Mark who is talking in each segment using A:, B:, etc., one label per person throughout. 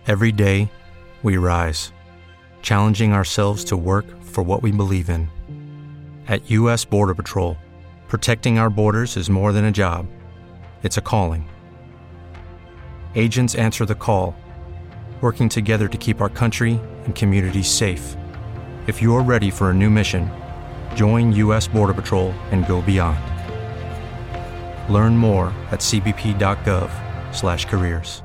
A: Every day, we rise, challenging ourselves to work for what we believe in. At U.S. Border Patrol, protecting our borders is more than a job. It's a calling. Agents answer the call, working together to keep our country and communities safe. If you're ready for a new mission, join U.S. Border Patrol and go beyond. Learn more at cbp.gov/careers.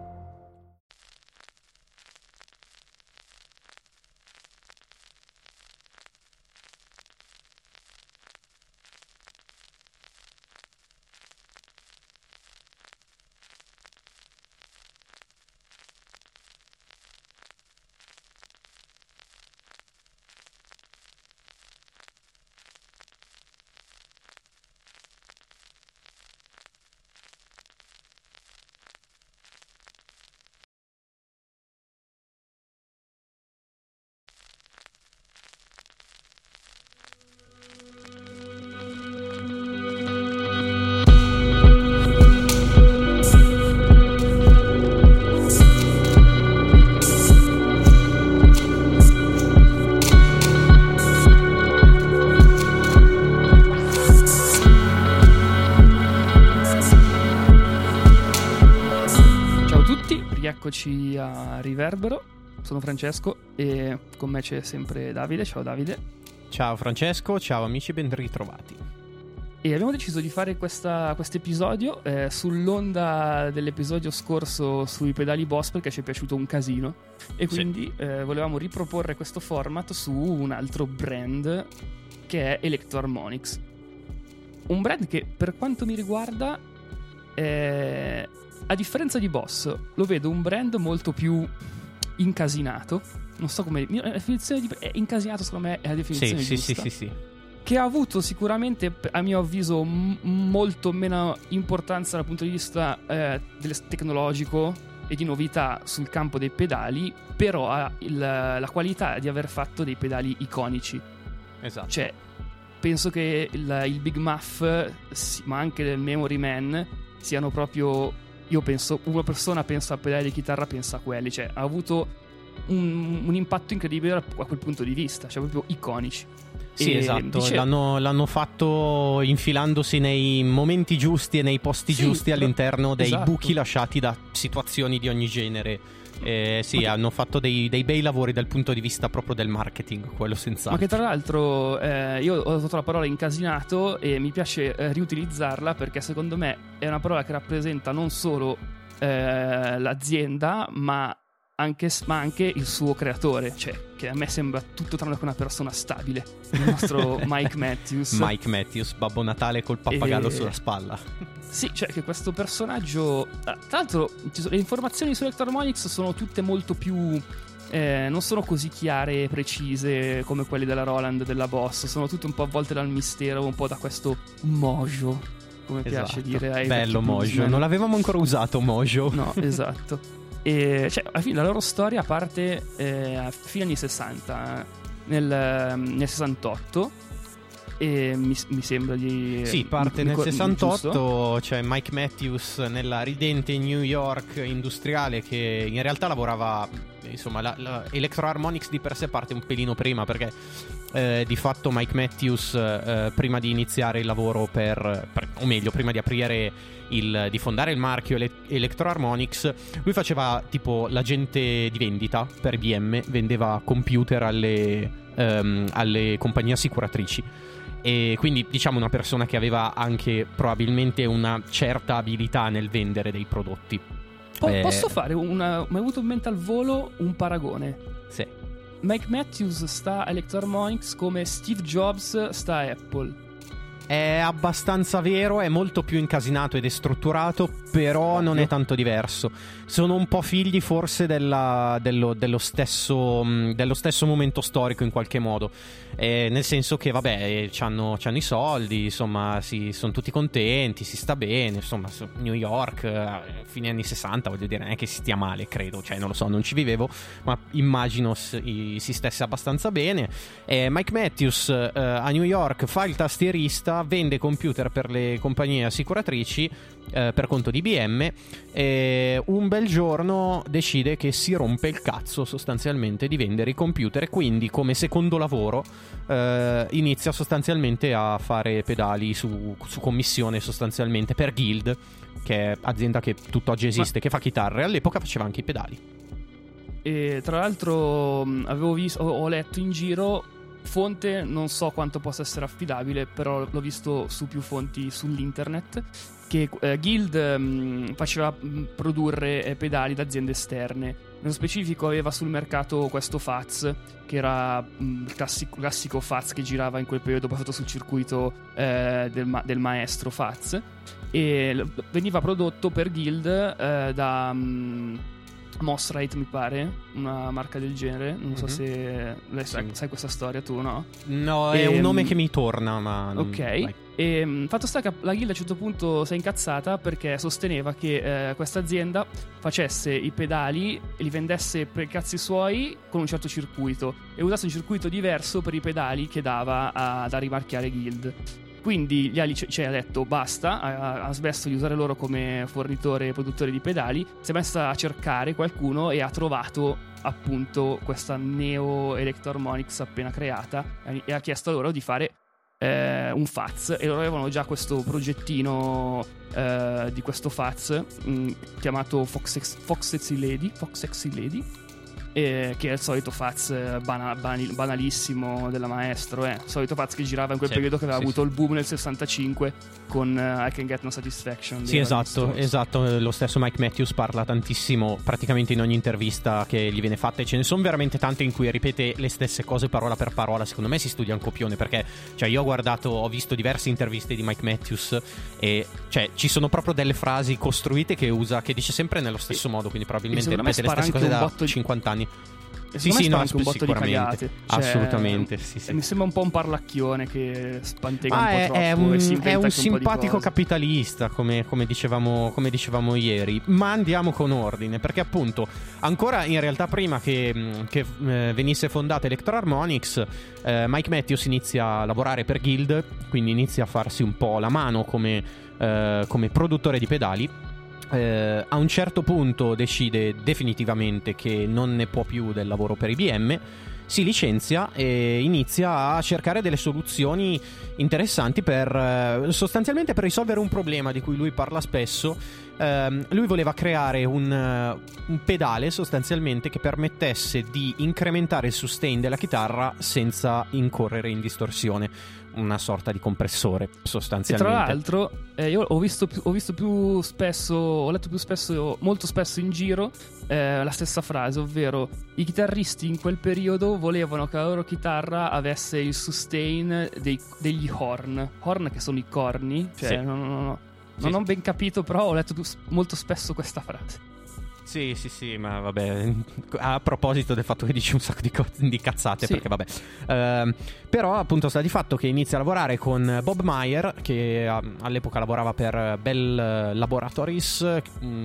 B: Eccoci a Riverbero, sono Francesco e con me c'è sempre Davide. Ciao Davide.
C: Ciao Francesco, ciao amici, ben ritrovati.
B: E abbiamo deciso di fare questo episodio sull'onda dell'episodio scorso sui pedali Boss, perché ci è piaciuto un casino e quindi volevamo riproporre questo format su un altro brand che è Electro Harmonix. Un brand che per quanto mi riguarda a differenza di Boss, lo vedo un brand molto più incasinato. Non so come. La definizione di incasinato, secondo me, è la definizione giusta.
C: Sì.
B: Che ha avuto sicuramente, a mio avviso, molto meno importanza dal punto di vista tecnologico e di novità sul campo dei pedali, però ha la qualità di aver fatto dei pedali iconici.
C: Esatto.
B: Cioè, penso che il Big Muff, ma anche il Memory Man, siano proprio. Io penso, una persona pensa a pedali di chitarra, pensa a quelli, cioè ha avuto un impatto incredibile a quel punto di vista, cioè proprio iconici.
C: Sì, esatto, l'hanno fatto infilandosi nei momenti giusti e nei posti giusti all'interno dei buchi lasciati da situazioni di ogni genere. Hanno fatto dei bei lavori dal punto di vista proprio del marketing, quello senz'altro. Ma
B: che tra l'altro io ho usato la parola incasinato e mi piace riutilizzarla, perché secondo me è una parola che rappresenta non solo l'azienda ma anche il suo creatore, cioè che a me sembra tutto tranne che una persona stabile, il nostro Mike Matthews,
C: Babbo Natale col pappagallo sulla spalla.
B: Sì, cioè che questo personaggio, tra l'altro le informazioni su Electro Harmonix sono tutte molto più non sono così chiare e precise come quelle della Roland, della Boss, sono tutte un po' avvolte dal mistero, un po' da questo mojo, come piace dire ai
C: bello mojo, non l'avevamo ancora usato mojo.
B: No, esatto. E cioè, alla fine la loro storia parte a fine anni 60, nel 68, e mi sembra di.
C: Sì, parte nel 68, c'è Mike Matthews nella ridente New York industriale, che in realtà lavorava, insomma, Electro Harmonix di per sé parte un pelino prima, perché di fatto Mike Matthews prima di iniziare il lavoro o meglio, prima di aprire di fondare il marchio Electro Harmonix, lui faceva tipo l'agente di vendita per IBM, vendeva computer alle compagnie assicuratrici, e quindi diciamo una persona che aveva anche probabilmente una certa abilità nel vendere dei prodotti.
B: Posso fare mi è avuto in mente al volo un paragone?
C: Sì.
B: Mike Matthews sta a Electro Harmonix come Steve Jobs sta a Apple.
C: È abbastanza vero, è molto più incasinato ed è strutturato, però non è tanto diverso. Sono un po' figli forse dello stesso momento storico in qualche modo, nel senso che vabbè, c'hanno i soldi, insomma, sono tutti contenti, si sta bene, insomma, New York, fine anni 60, voglio dire, non è che si stia male, credo, cioè non lo so, non ci vivevo, ma immagino si stesse abbastanza bene. Mike Matthews a New York fa il tastierista, inizia, vende computer per le compagnie assicuratrici per conto di IBM, e un bel giorno decide che si rompe il cazzo sostanzialmente di vendere i computer, e quindi come secondo lavoro inizia sostanzialmente a fare pedali su commissione sostanzialmente per Guild, che è azienda che tutt'oggi esiste, che fa chitarre. All'epoca faceva anche i pedali.
B: E tra l'altro ho letto in giro, fonte non so quanto possa essere affidabile, però l'ho visto su più fonti sull'internet, che Guild faceva produrre pedali da aziende esterne. Nello specifico aveva sul mercato questo Faz, che era il classico Faz che girava in quel periodo basato sul circuito del maestro Faz, e veniva prodotto per Guild da Mosrite, mi pare, una marca del genere. Non so se sai questa storia tu, no?
C: No, è un nome che mi torna, ma
B: ok. E fatto sta che la Guild a un certo punto si è incazzata perché sosteneva che questa azienda facesse i pedali e li vendesse per i cazzi suoi con un certo circuito, e usasse un circuito diverso per i pedali che dava da rimarchiare Guild. Quindi gli ha detto basta, ha smesso di usare loro come fornitore e produttore di pedali, si è messa a cercare qualcuno e ha trovato appunto questa Neo Electro-Harmonix appena creata, e ha chiesto a loro di fare un Faz, e loro avevano già questo progettino di questo Faz chiamato Foxexy Lady, che è il solito Faz banalissimo della maestro, il solito Faz che girava in quel periodo, che aveva avuto il boom nel 65 con I Can Get No Satisfaction.
C: Sì, esatto, lo stesso Mike Matthews parla tantissimo, praticamente in ogni intervista che gli viene fatta, e ce ne sono veramente tante in cui ripete le stesse cose parola per parola. Secondo me si studia un copione, perché io ho visto diverse interviste di Mike Matthews, e ci sono proprio delle frasi costruite che usa, che dice sempre nello stesso modo, quindi probabilmente ripete le stesse cose da 50 anni.
B: Sì, no, anche un botto di cagate.
C: Assolutamente, sì.
B: Mi sembra un po' un parlacchione che spantega un po' troppo,
C: è un simpatico capitalista, come dicevamo ieri. Ma andiamo con ordine, perché appunto ancora in realtà prima che venisse fondata Electro-Harmonix, Mike Matthews inizia a lavorare per Guild, quindi inizia a farsi un po' la mano come produttore di pedali. A un certo punto decide definitivamente che non ne può più del lavoro per IBM, si licenzia e inizia a cercare delle soluzioni interessanti sostanzialmente per risolvere un problema di cui lui parla spesso. Lui voleva creare un pedale sostanzialmente che permettesse di incrementare il sustain della chitarra senza incorrere in distorsione, una sorta di compressore sostanzialmente.
B: E tra l'altro io ho letto più spesso, molto spesso in giro la stessa frase, ovvero i chitarristi in quel periodo volevano che la loro chitarra avesse il sustain degli horn, che sono i corni, non ho ben capito, però ho letto molto spesso questa frase.
C: Sì, ma vabbè, a proposito del fatto che dici un sacco di cazzate, perché vabbè. Però appunto sta di fatto che inizia a lavorare con Bob Meyer, che all'epoca lavorava per Bell Laboratories,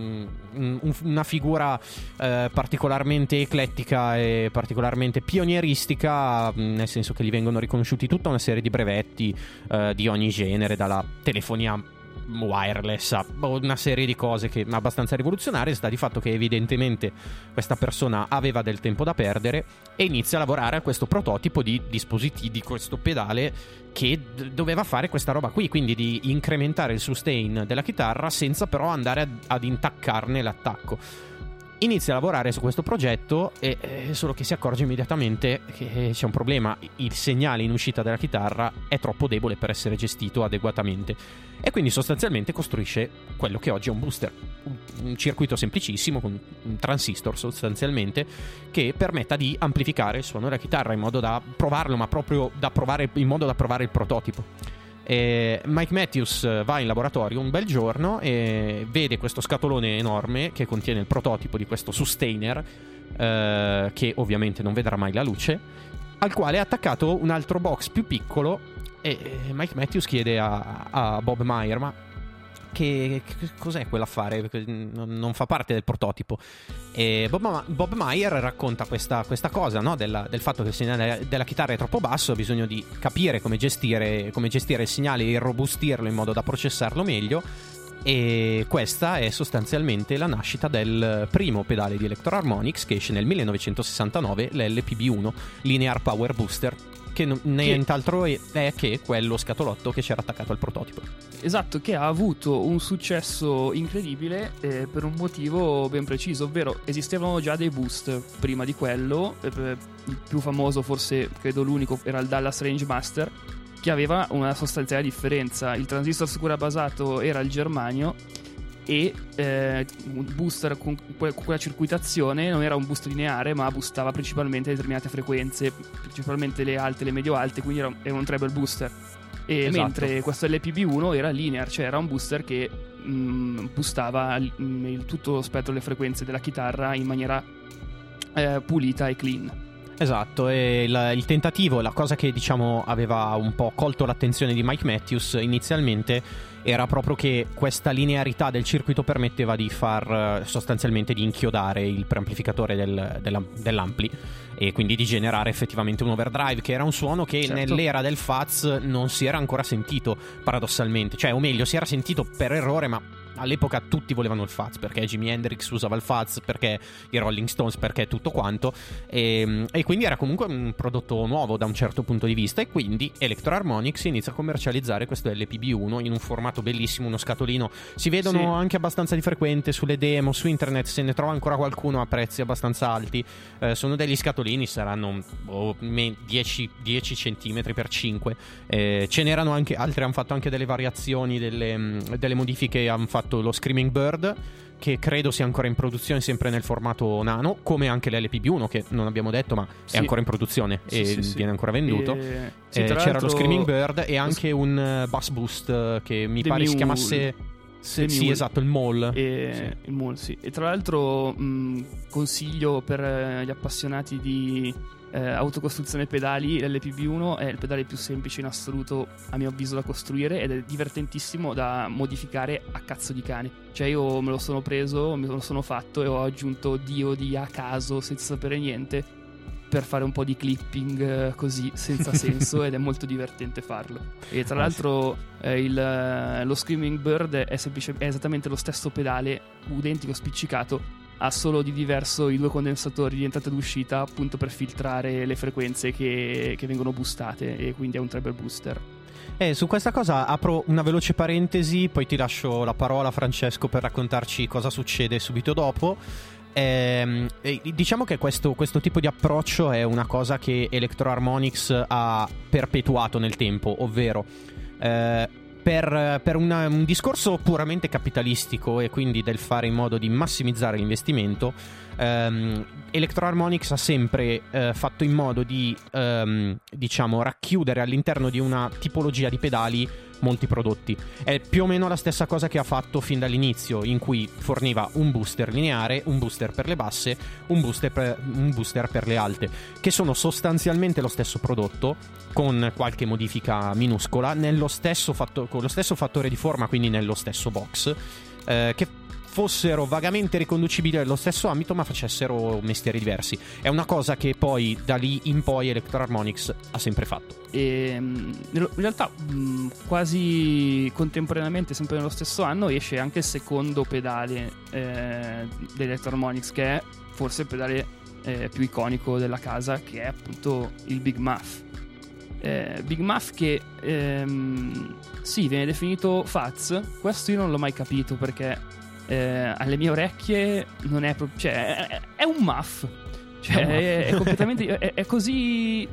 C: una figura particolarmente eclettica e particolarmente pionieristica, nel senso che gli vengono riconosciuti tutta una serie di brevetti di ogni genere, dalla telefonia wireless a una serie di cose che abbastanza rivoluzionarie. Sta di fatto che evidentemente questa persona aveva del tempo da perdere e inizia a lavorare a questo prototipo di dispositivi, di questo pedale che doveva fare questa roba qui, quindi di incrementare il sustain della chitarra senza però andare ad intaccarne l'attacco. Inizia a lavorare su questo progetto e solo che si accorge immediatamente che c'è un problema: il segnale in uscita della chitarra è troppo debole per essere gestito adeguatamente, e quindi sostanzialmente costruisce quello che oggi è un booster, un circuito semplicissimo con un transistor sostanzialmente, che permetta di amplificare il suono della chitarra in modo da provarlo, ma proprio in modo da provare il prototipo. Mike Matthews va in laboratorio un bel giorno e vede questo scatolone enorme che contiene il prototipo di questo sustainer, che ovviamente non vedrà mai la luce, al quale è attaccato un altro box più piccolo, e Mike Matthews chiede a Bob Meyer: ma cos'è quell'affare, non fa parte del prototipo. E Bob Meyer racconta questa cosa, no? Del fatto che il segnale della chitarra è troppo basso, ha bisogno di capire come gestire il segnale e irrobustirlo in modo da processarlo meglio. E questa è sostanzialmente la nascita del primo pedale di Electro Harmonix, che esce nel 1969, l'LPB1 Linear Power Booster, che nient'altro è che quello scatolotto che c'era attaccato al prototipo.
B: Esatto, che ha avuto un successo incredibile per un motivo ben preciso, ovvero esistevano già dei boost prima di quello. Il più famoso, forse credo l'unico, era il Dallas Range Master, che aveva una sostanziale differenza. Il transistor su cui era basato era il germanio, e un booster con quella circuitazione non era un boost lineare, ma boostava principalmente determinate frequenze, principalmente le alte e le medio-alte, quindi era un treble booster. E
C: esatto.
B: Mentre questo LPB1 era linear, cioè era un booster che boostava tutto lo spettro delle frequenze della chitarra in maniera pulita e clean.
C: Esatto, e il tentativo, la cosa che diciamo aveva un po' colto l'attenzione di Mike Matthews inizialmente, era proprio che questa linearità del circuito permetteva di far sostanzialmente di inchiodare il preamplificatore dell'ampli, e quindi di generare effettivamente un overdrive, che era un suono che nell'era del Fuzz non si era ancora sentito, paradossalmente, cioè, o meglio, si era sentito per errore, ma all'epoca tutti volevano il Fuzz, perché Jimi Hendrix usava il Fuzz, perché i Rolling Stones, perché tutto quanto, e quindi era comunque un prodotto nuovo da un certo punto di vista, e quindi Electro Harmonix inizia a commercializzare questo LPB1 in un formato bellissimo, uno scatolino. Si vedono anche abbastanza di frequente sulle demo, su internet se ne trova ancora qualcuno a prezzi abbastanza alti. Sono degli scatolini, saranno 10 cm per 5. Ce n'erano anche altri, hanno fatto anche delle variazioni, delle modifiche, hanno fatto lo Screaming Bird, che credo sia ancora in produzione, sempre nel formato nano, come anche l'LPB1, che non abbiamo detto, ma è ancora in produzione e viene ancora venduto. C'era lo Screaming Bird e anche un Bass Boost che mi pare si chiamasse... Sì, esatto, il Mall.
B: Il Mall, sì. E tra l'altro consiglio per gli appassionati di autocostruzione pedali, l'LPB1 è il pedale più semplice in assoluto, a mio avviso, da costruire, ed è divertentissimo da modificare a cazzo di cane. Cioè, io me lo sono preso, me lo sono fatto e ho aggiunto diodi a caso senza sapere niente, per fare un po' di clipping così senza senso, ed è molto divertente farlo. E tra l'altro lo Screaming Bird è esattamente lo stesso pedale, identico, spiccicato, ha solo di diverso i due condensatori di entrata ed uscita, appunto per filtrare le frequenze che vengono boostate, e quindi è un treble booster.
C: Su questa cosa apro una veloce parentesi, poi ti lascio la parola, Francesco, per raccontarci cosa succede subito dopo. Diciamo che questo tipo di approccio è una cosa che Electro Harmonix ha perpetuato nel tempo, ovvero per un discorso puramente capitalistico, e quindi del fare in modo di massimizzare l'investimento, Electro Harmonix ha sempre fatto in modo di diciamo racchiudere all'interno di una tipologia di pedali molti prodotti. È più o meno la stessa cosa che ha fatto fin dall'inizio, in cui forniva un booster lineare, un booster per le basse, un booster per le alte, che sono sostanzialmente lo stesso prodotto, con qualche modifica minuscola, con lo stesso fattore di forma, quindi nello stesso box, che fossero vagamente riconducibili allo stesso ambito, ma facessero mestieri diversi. È una cosa che poi da lì in poi Electro Harmonix ha sempre fatto.
B: E in realtà quasi contemporaneamente, sempre nello stesso anno, esce anche il secondo pedale dell'Electro Harmonix, che è forse il pedale più iconico della casa, che è appunto il Big Muff. Big Muff che sì, viene definito Fuzz. Questo io non l'ho mai capito, perché alle mie orecchie non è proprio, cioè è un muff, cioè è completamente è così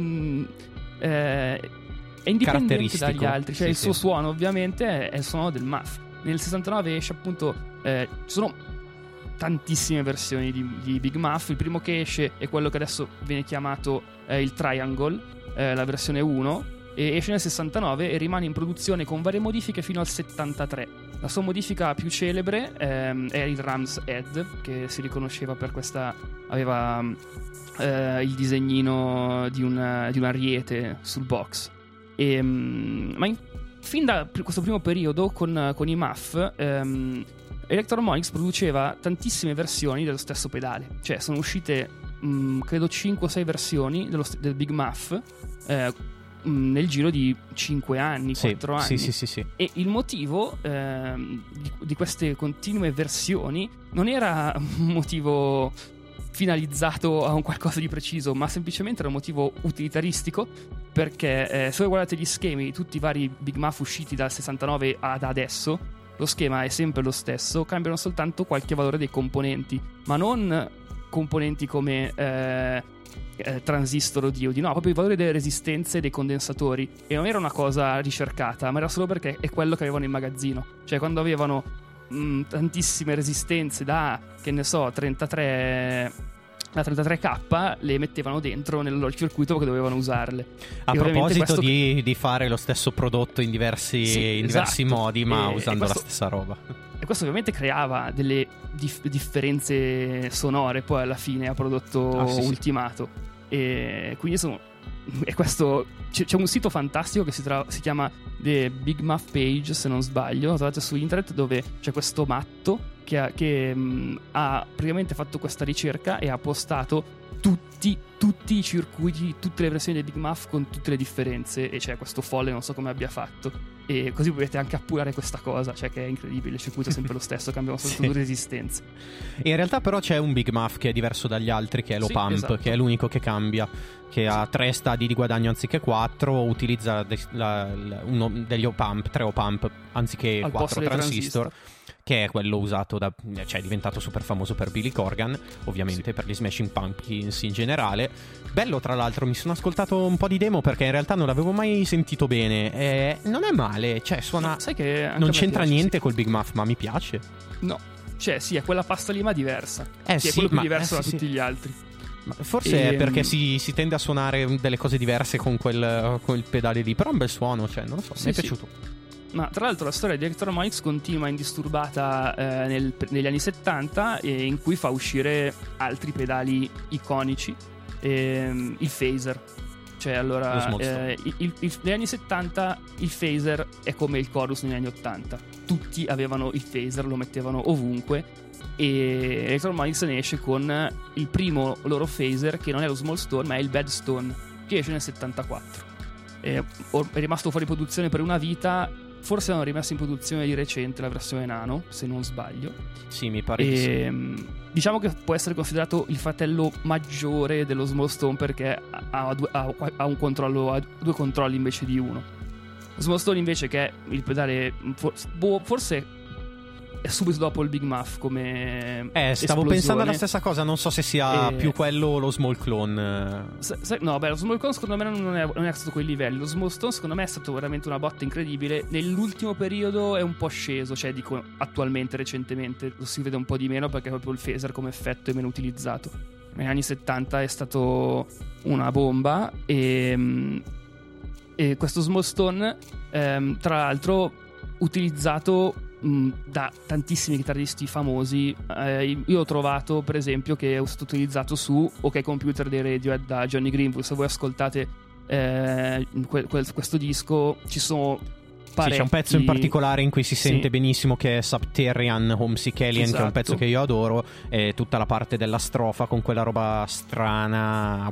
B: è indipendente dagli altri, cioè il suo suono ovviamente è il suono del muff. Nel 69 esce appunto, ci sono tantissime versioni di Big Muff. Il primo che esce è quello che adesso viene chiamato il Triangle, la versione 1, e esce nel 69 e rimane in produzione con varie modifiche fino al 73. La sua modifica più celebre è il Ram's Head, che si riconosceva per questa, aveva il disegnino di un ariete sul box. Ma fin da questo primo periodo con i MAF, Electro Harmonix produceva tantissime versioni dello stesso pedale. Cioè sono uscite credo 5 o 6 versioni del Big Muff nel giro di 5 anni, 4 anni.
C: Sì.
B: E il motivo di queste continue versioni non era un motivo finalizzato a un qualcosa di preciso, ma semplicemente era un motivo utilitaristico, perché se voi guardate gli schemi di tutti i vari Big Muff usciti dal 69 ad adesso, lo schema è sempre lo stesso, cambiano soltanto qualche valore dei componenti, ma non componenti come transistor o diodi, no, proprio i valori delle resistenze dei condensatori. E non era una cosa ricercata, ma era solo perché è quello che avevano in magazzino. Cioè quando avevano tantissime resistenze da, che ne so, 33K, le mettevano dentro nel loro circuito perché dovevano usarle.
C: A proposito di fare lo stesso prodotto in diversi modi, ma usando la stessa roba.
B: E questo ovviamente creava delle differenze sonore poi alla fine a prodotto ultimato. E quindi questo c'è un sito fantastico che si chiama The Big Muff Page, se non sbaglio, lo trovate su internet, dove c'è questo matto che ha praticamente fatto questa ricerca e ha postato tutti i circuiti, tutte le versioni del Big Muff con tutte le differenze, e c'è questo folle, non so come abbia fatto. E così potete anche appurare questa cosa, cioè che è incredibile, il circuito è sempre lo stesso, cambiano soltanto 2 resistenze.
C: In realtà però c'è un Big Muff che è diverso dagli altri, che è l'Opamp, esatto, che è l'unico che cambia, che ha 3 stadi di guadagno anziché 4, utilizza uno degli Opamp, 3 Opamp anziché 4 transistor, che è quello usato cioè è diventato super famoso per Billy Corgan, ovviamente, per gli Smashing Pumpkins in generale. Bello, tra l'altro, mi sono ascoltato un po' di demo perché in realtà non l'avevo mai sentito bene. Non è male, cioè suona,
B: sai che
C: non c'entra niente col Big Muff, ma mi piace.
B: No, cioè sì, è quella pasta lì ma diversa.
C: È
B: quello più diverso da tutti gli altri.
C: Forse è perché si tende a suonare delle cose diverse con quel pedale lì, però è un bel suono, cioè non lo so, mi è piaciuto.
B: Ma tra l'altro la storia di Electro Harmonix continua indisturbata negli anni 70, in cui fa uscire altri pedali iconici, il phaser. Cioè allora negli anni 70 il phaser è come il chorus negli anni 80, tutti avevano il phaser, lo mettevano ovunque, e Electro Harmonix ne esce con il primo loro phaser, che non è lo Small Stone ma è il Bad Stone, che esce nel 74. È rimasto fuori produzione per una vita. Forse hanno rimesso in produzione di recente la versione Nano, se non sbaglio.
C: Sì, mi pare di sì.
B: Diciamo che può essere considerato il fratello maggiore dello Small Stone, perché ha un controllo, ha 2 controlli invece di uno. Lo Small Stone invece, che è il pedale forse è subito dopo il Big Muff come
C: stavo pensando alla stessa cosa, non so se sia più quello o lo Small Clone.
B: No, lo Small Clone secondo me non è stato a quei livelli. Lo Small Stone secondo me è stato veramente una botta incredibile. Nell'ultimo periodo è un po' sceso, cioè dico attualmente, recentemente lo si vede un po' di meno, perché proprio il phaser come effetto è meno utilizzato. Negli anni 70 è stato una bomba, e questo Small Stone tra l'altro utilizzato da tantissimi chitarristi famosi. Io ho trovato per esempio che è stato utilizzato su OK Computer dei Radiohead da Johnny Greenwood. Se voi ascoltate questo disco, ci sono parecchi...
C: c'è un pezzo in particolare in cui si sente benissimo, che è Subterranean Homesick Alien, esatto, che è un pezzo che io adoro, e tutta la parte della strofa con quella roba strana,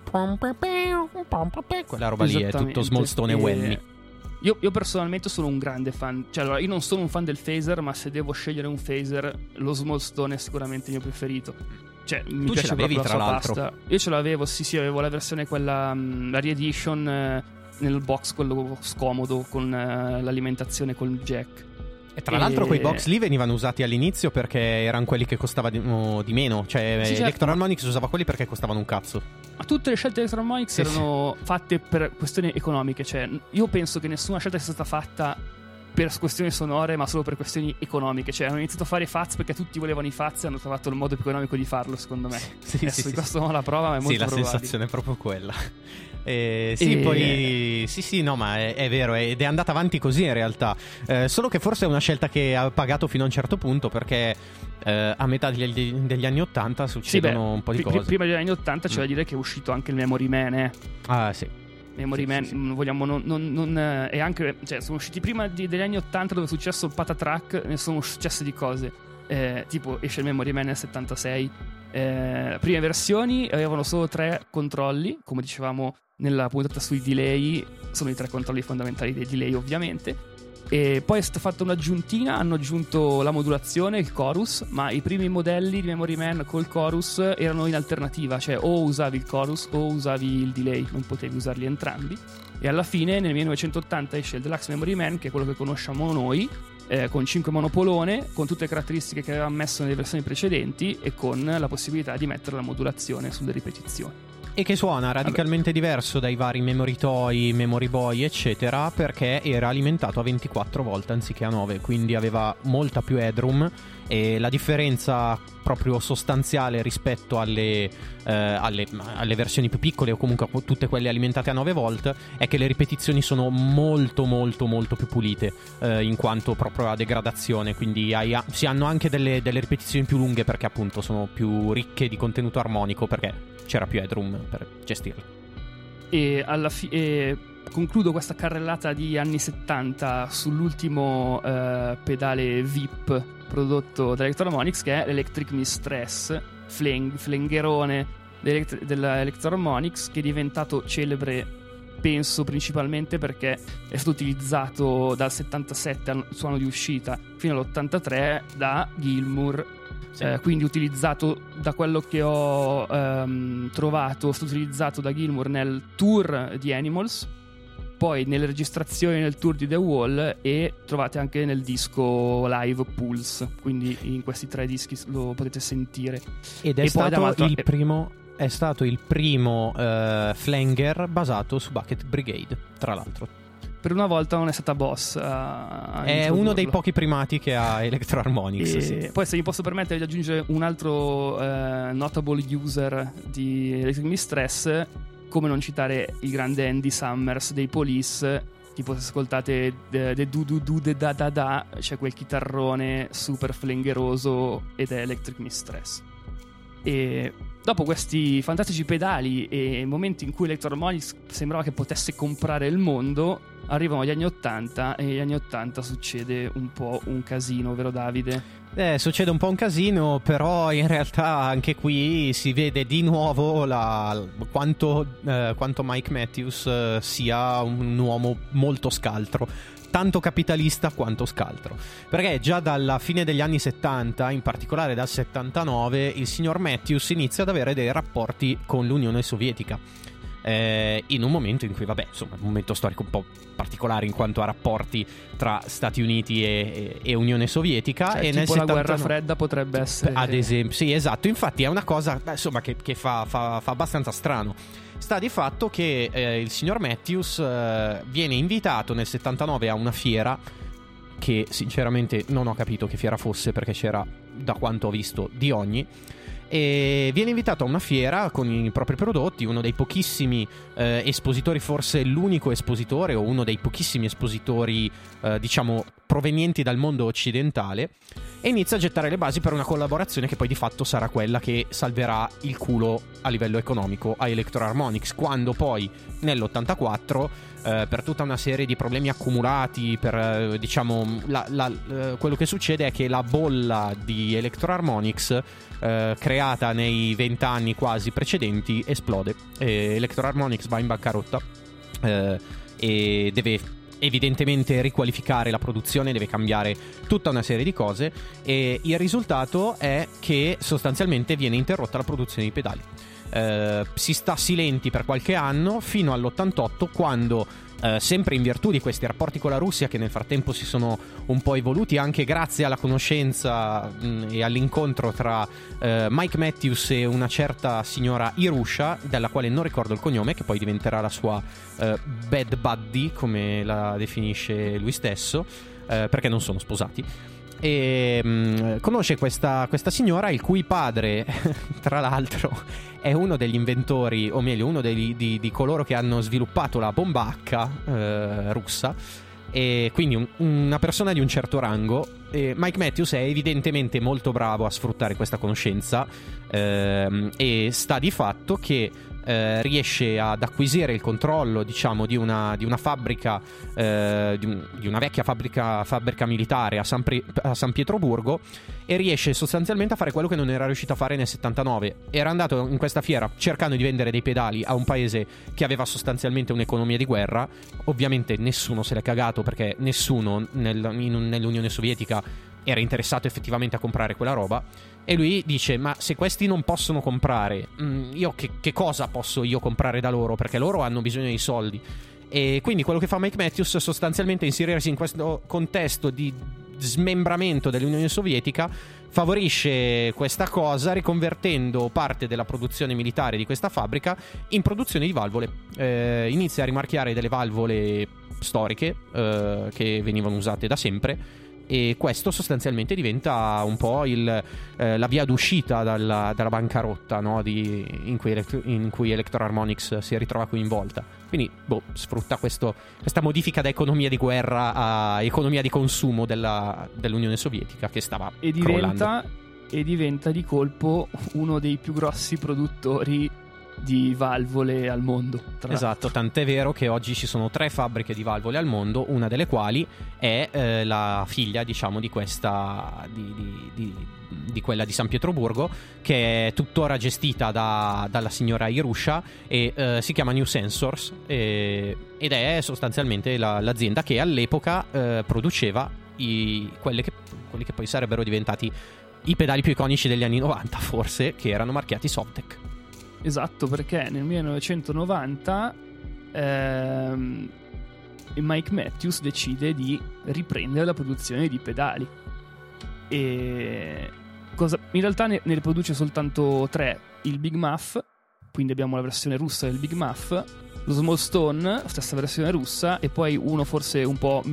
C: quella roba lì è tutto Small Stone e Whammy.
B: Io personalmente sono un grande fan. Cioè, allora, io non sono un fan del phaser, ma se devo scegliere un phaser, lo Small Stone è sicuramente il mio preferito. Cioè, mi piace proprio la sua pasta. Io ce l'avevo, sì, avevo la versione quella, la re-edition nel box, quello scomodo, con l'alimentazione col jack.
C: E tra l'altro quei box lì venivano usati all'inizio perché erano quelli che costavano di meno. Cioè Electro Harmonix usava quelli perché costavano un cazzo.
B: Ma tutte le scelte di Electro Harmonix erano fatte per questioni economiche. Cioè io penso che nessuna scelta sia stata fatta per questioni sonore, ma solo per questioni economiche. Cioè hanno iniziato a fare i fuzz perché tutti volevano i fuzz e hanno trovato il modo più economico di farlo, secondo me. Questo non la prova, ma è molto
C: probabile. Sì, la sensazione è proprio quella. No, ma è vero, ed è andata avanti così in realtà. Solo che forse è una scelta che ha pagato fino a un certo punto, perché a metà degli anni 80 succedono un po' di cose.
B: Prima degli anni 80 c'è da dire che è uscito anche il Memory Man.
C: Ah, sì.
B: Memory Man, e anche, cioè, sono usciti prima degli anni 80, dove è successo il Patatrack, ne sono successe di cose. Tipo esce il Memory Man nel 76. Prime versioni avevano solo 3 controlli, come dicevamo nella puntata sui delay, sono i 3 controlli fondamentali dei delay, ovviamente. E poi è stata fatta un'aggiuntina, hanno aggiunto la modulazione, il chorus, ma i primi modelli di Memory Man col chorus erano in alternativa, cioè o usavi il chorus o usavi il delay, non potevi usarli entrambi. E alla fine nel 1980 esce il Deluxe Memory Man, che è quello che conosciamo noi, con 5 monopolone, con tutte le caratteristiche che avevamo messo nelle versioni precedenti e con la possibilità di mettere la modulazione sulle ripetizioni.
C: E che suona radicalmente diverso dai vari Memory Toy, Memory Boy, eccetera, perché era alimentato a 24 volt anziché a 9, quindi aveva molta più headroom. E la differenza proprio sostanziale rispetto alle versioni più piccole, o comunque a tutte quelle alimentate a 9 volt, è che le ripetizioni sono molto molto molto più pulite, in quanto proprio a degradazione, quindi si hanno anche delle ripetizioni più lunghe, perché appunto sono più ricche di contenuto armonico, perché c'era più headroom per gestirle.
B: E concludo questa carrellata di anni 70 sull'ultimo pedale VIP prodotto da Electro-Harmonix, che è l'Electric Mistress, flengherone dell'Electro-Harmonix, che è diventato celebre, penso principalmente perché è stato utilizzato dal 77 al suono di uscita fino all'83 da Gilmour. Sì. Quindi utilizzato, da quello che ho trovato, è stato utilizzato da Gilmour nel tour di Animals, poi nelle registrazioni nel tour di The Wall, e trovate anche nel disco live Pulse, quindi in questi 3 dischi lo potete sentire.
C: Ed è stato il primo flanger basato su Bucket Brigade, tra l'altro.
B: Per una volta non è stata Boss
C: è uno dei pochi primati che ha Electro-Harmonix, sì.
B: Poi, se mi posso permettere di aggiungere un altro notable user di Electric Mistress, come non citare il grande Andy Summers dei Police. Tipo, se ascoltate The Do Do Do The Da Da Da, c'è quel chitarrone super flengheroso ed è Electric Mistress. E dopo questi fantastici pedali e momenti in cui Electro-Harmonix sembrava che potesse comprare il mondo, arrivano gli anni 80, e negli anni 80 succede un po' un casino, vero Davide?
C: Succede un po' un casino, però in realtà anche qui si vede di nuovo quanto Mike Matthews sia un uomo molto scaltro, tanto capitalista quanto scaltro, perché già dalla fine degli anni 70, in particolare dal 79, il signor Matthews inizia ad avere dei rapporti con l'Unione Sovietica, in un momento in cui, vabbè, insomma, un momento storico un po' particolare in quanto a rapporti tra Stati Uniti e Unione Sovietica,
B: cioè,
C: e
B: tipo
C: nel
B: la guerra fredda potrebbe essere,
C: ad esempio. Sì, esatto, infatti è una cosa, insomma, che fa abbastanza strano. Sta di fatto che il signor Matthews viene invitato nel 79 a una fiera che sinceramente non ho capito che fiera fosse, perché c'era, da quanto ho visto, di ogni. E viene invitato a una fiera con i propri prodotti, uno dei pochissimi espositori, forse l'unico espositore, o uno dei pochissimi espositori diciamo provenienti dal mondo occidentale, e inizia a gettare le basi per una collaborazione che poi di fatto sarà quella che salverà il culo a livello economico a Electro-Harmonix, quando poi nell'84 per tutta una serie di problemi accumulati, per diciamo quello che succede è che la bolla di Electro-Harmonix creata nei 20 anni quasi precedenti esplode. Electro-Harmonix va in bancarotta e deve evidentemente riqualificare la produzione, deve cambiare tutta una serie di cose, e il risultato è che sostanzialmente viene interrotta la produzione di pedali. Si sta silenti per qualche anno fino all'88, quando sempre in virtù di questi rapporti con la Russia, che nel frattempo si sono un po' evoluti anche grazie alla conoscenza e all'incontro tra Mike Matthews e una certa signora Irusha, della quale non ricordo il cognome, che poi diventerà la sua bad buddy, come la definisce lui stesso, perché non sono sposati. E conosce questa signora, il cui padre tra l'altro è uno degli inventori, o meglio uno di coloro che hanno sviluppato la bomba H russa, e quindi una persona di un certo rango. E Mike Matthews è evidentemente molto bravo a sfruttare questa conoscenza, e sta di fatto che riesce ad acquisire il controllo, diciamo, di una fabbrica, di una vecchia fabbrica militare a San Pietroburgo, e riesce sostanzialmente a fare quello che non era riuscito a fare nel 79. Era andato in questa fiera cercando di vendere dei pedali a un paese che aveva sostanzialmente un'economia di guerra. Ovviamente nessuno se l'è cagato, perché nessuno nell'Unione Sovietica era interessato effettivamente a comprare quella roba. E lui dice: ma se questi non possono comprare, io che cosa posso io comprare da loro? Perché loro hanno bisogno di soldi. E quindi quello che fa Mike Matthews sostanzialmente è inserirsi in questo contesto di smembramento dell'Unione Sovietica. Favorisce questa cosa riconvertendo parte della produzione militare di questa fabbrica in produzione di valvole. Inizia a rimarchiare delle valvole storiche che venivano usate da sempre, e questo sostanzialmente diventa un po' la via d'uscita dalla bancarotta, no? in cui Electro Harmonix si ritrova coinvolta. Quindi sfrutta questa modifica da economia di guerra a economia di consumo dell'Unione Sovietica, che stava crollando.
B: E diventa di colpo uno dei più grossi produttori di valvole al mondo.
C: Esatto, tant'è vero che oggi ci sono 3 fabbriche di valvole al mondo, una delle quali è la figlia, diciamo, di questa di quella di San Pietroburgo, che è tuttora gestita dalla signora Irusha, e si chiama New Sensors, ed è sostanzialmente l'azienda che all'epoca produceva quelli che poi sarebbero diventati i pedali più iconici degli anni 90, forse, che erano marchiati Sovtek.
B: Esatto, perché nel 1990 Mike Matthews decide di riprendere la produzione di pedali. E in realtà ne produce soltanto 3: il Big Muff, quindi abbiamo la versione russa del Big Muff, lo Small Stone, stessa versione russa, e poi uno forse un po'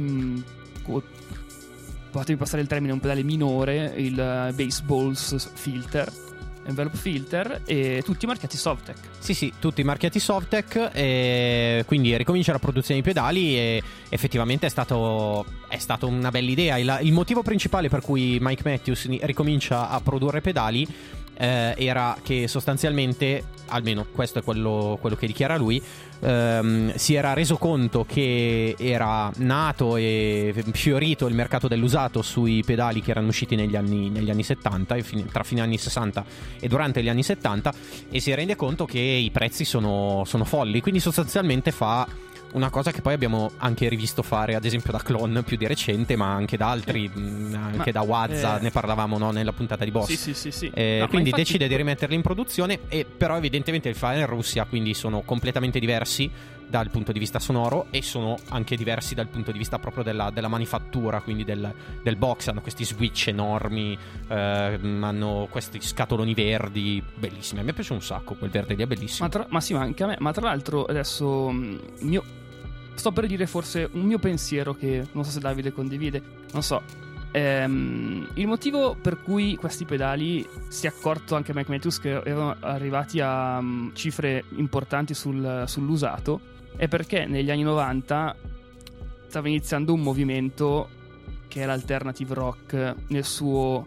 B: fatemi passare il termine, un pedale minore, il Baseballs Filter, Envelope Filter, e tutti marchiati Sovtek.
C: Sì, tutti marchiati Sovtek, e quindi ricomincia la produzione di pedali, e effettivamente è stato una bella idea. Il motivo principale per cui Mike Matthews ricomincia a produrre pedali era che sostanzialmente, almeno questo è quello che dichiara lui, si era reso conto che era nato e fiorito il mercato dell'usato sui pedali che erano usciti negli anni 70, tra fine anni 60 e durante gli anni 70, e si rende conto che i prezzi sono folli. Quindi sostanzialmente fa una cosa che poi abbiamo anche rivisto fare, ad esempio, da Klon più di recente, ma anche da altri, anche da Wazza, ne parlavamo, no, nella puntata di Boss.
B: Sì.
C: Quindi infatti decide di rimetterli in produzione, e però evidentemente li fa in Russia, quindi sono completamente diversi dal punto di vista sonoro, e sono anche diversi dal punto di vista proprio della manifattura, quindi del box. Hanno questi switch enormi, hanno questi scatoloni verdi bellissimi. A me piace un sacco quel verde lì, è bellissimo.
B: Ma sì, ma anche a me. Ma tra l'altro adesso sto per dire forse un mio pensiero che non so se Davide condivide. Non so, il motivo per cui questi pedali, si è accorto anche Mike Matthews che erano arrivati a cifre importanti sull'usato, è perché negli anni 90 stava iniziando un movimento che era l'alternative rock nel suo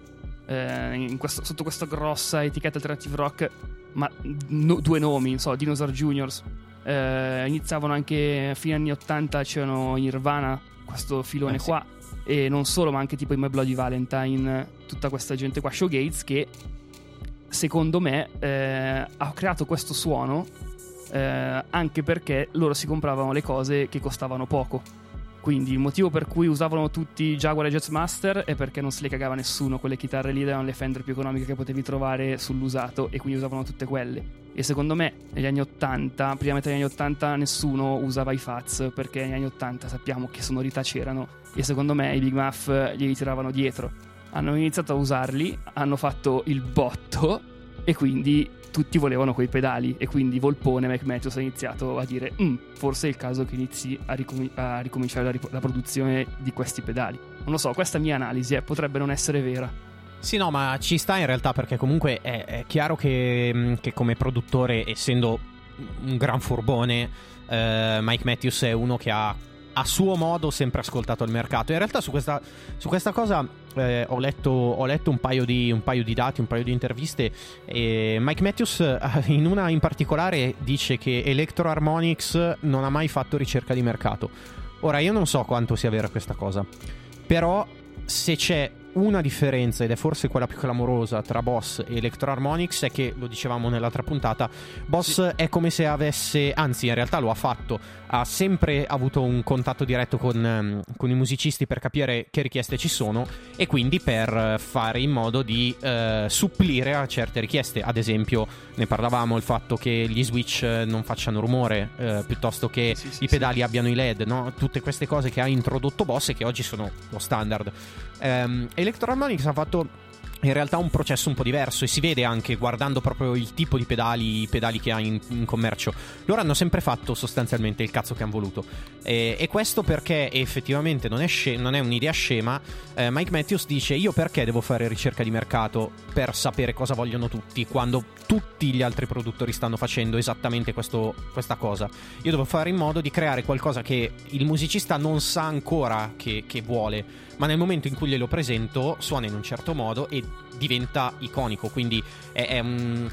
B: sotto questa grossa etichetta alternative rock, ma 2 nomi, non so, Dinosaur Juniors. Iniziavano anche a fine anni 80, c'erano Nirvana, questo filone qua, e non solo, ma anche tipo i My Bloody Valentine, tutta questa gente qua, Showgates, che secondo me ha creato questo suono anche perché loro si compravano le cose che costavano poco. Quindi il motivo per cui usavano tutti Jaguar e Jazzmaster è perché non se le cagava nessuno. Quelle chitarre lì erano le Fender più economiche che potevi trovare sull'usato, e quindi usavano tutte quelle. E secondo me negli anni 80, prima metà degli anni 80, nessuno usava i Fats, perché negli anni 80 sappiamo che sonorità c'erano, e secondo me i Big Muff glieli tiravano dietro. Hanno iniziato a usarli, hanno fatto il botto, e quindi tutti volevano quei pedali, e quindi Volpone, Mike Matthews, ha iniziato a dire forse è il caso che inizi a ricominciare la produzione di questi pedali. Non lo so, questa mia analisi potrebbe non essere vera.
C: Sì, no, ma ci sta in realtà, perché comunque è chiaro che come produttore, essendo un gran furbone, Mike Matthews è uno che ha a suo modo sempre ascoltato il mercato. In realtà su questa cosa ho letto un paio di dati, un paio di interviste, e Mike Matthews in una in particolare dice che Electro Harmonix non ha mai fatto ricerca di mercato. Ora io non so quanto sia vera questa cosa, però se c'è una differenza, ed è forse quella più clamorosa, tra Boss e Electro Harmonix, è che, lo dicevamo nell'altra puntata, Boss è come se avesse, anzi in realtà lo ha fatto, ha sempre avuto un contatto diretto con i musicisti per capire che richieste ci sono, e quindi per fare in modo di supplire a certe richieste. Ad esempio ne parlavamo, il fatto che gli switch non facciano rumore, piuttosto che i pedali abbiano i LED, no? Tutte queste cose che ha introdotto Boss e che oggi sono lo standard. Electro Harmonix ha fatto in realtà un processo un po' diverso, e si vede anche guardando proprio il tipo di pedali che ha in commercio. Loro hanno sempre fatto sostanzialmente il cazzo che hanno voluto, e questo perché effettivamente non è un'idea scema. Mike Matthews dice: io perché devo fare ricerca di mercato per sapere cosa vogliono tutti, quando tutti gli altri produttori stanno facendo esattamente questa cosa? Io devo fare in modo di creare qualcosa che il musicista non sa ancora che vuole, ma nel momento in cui glielo presento suona in un certo modo e diventa iconico. Quindi è un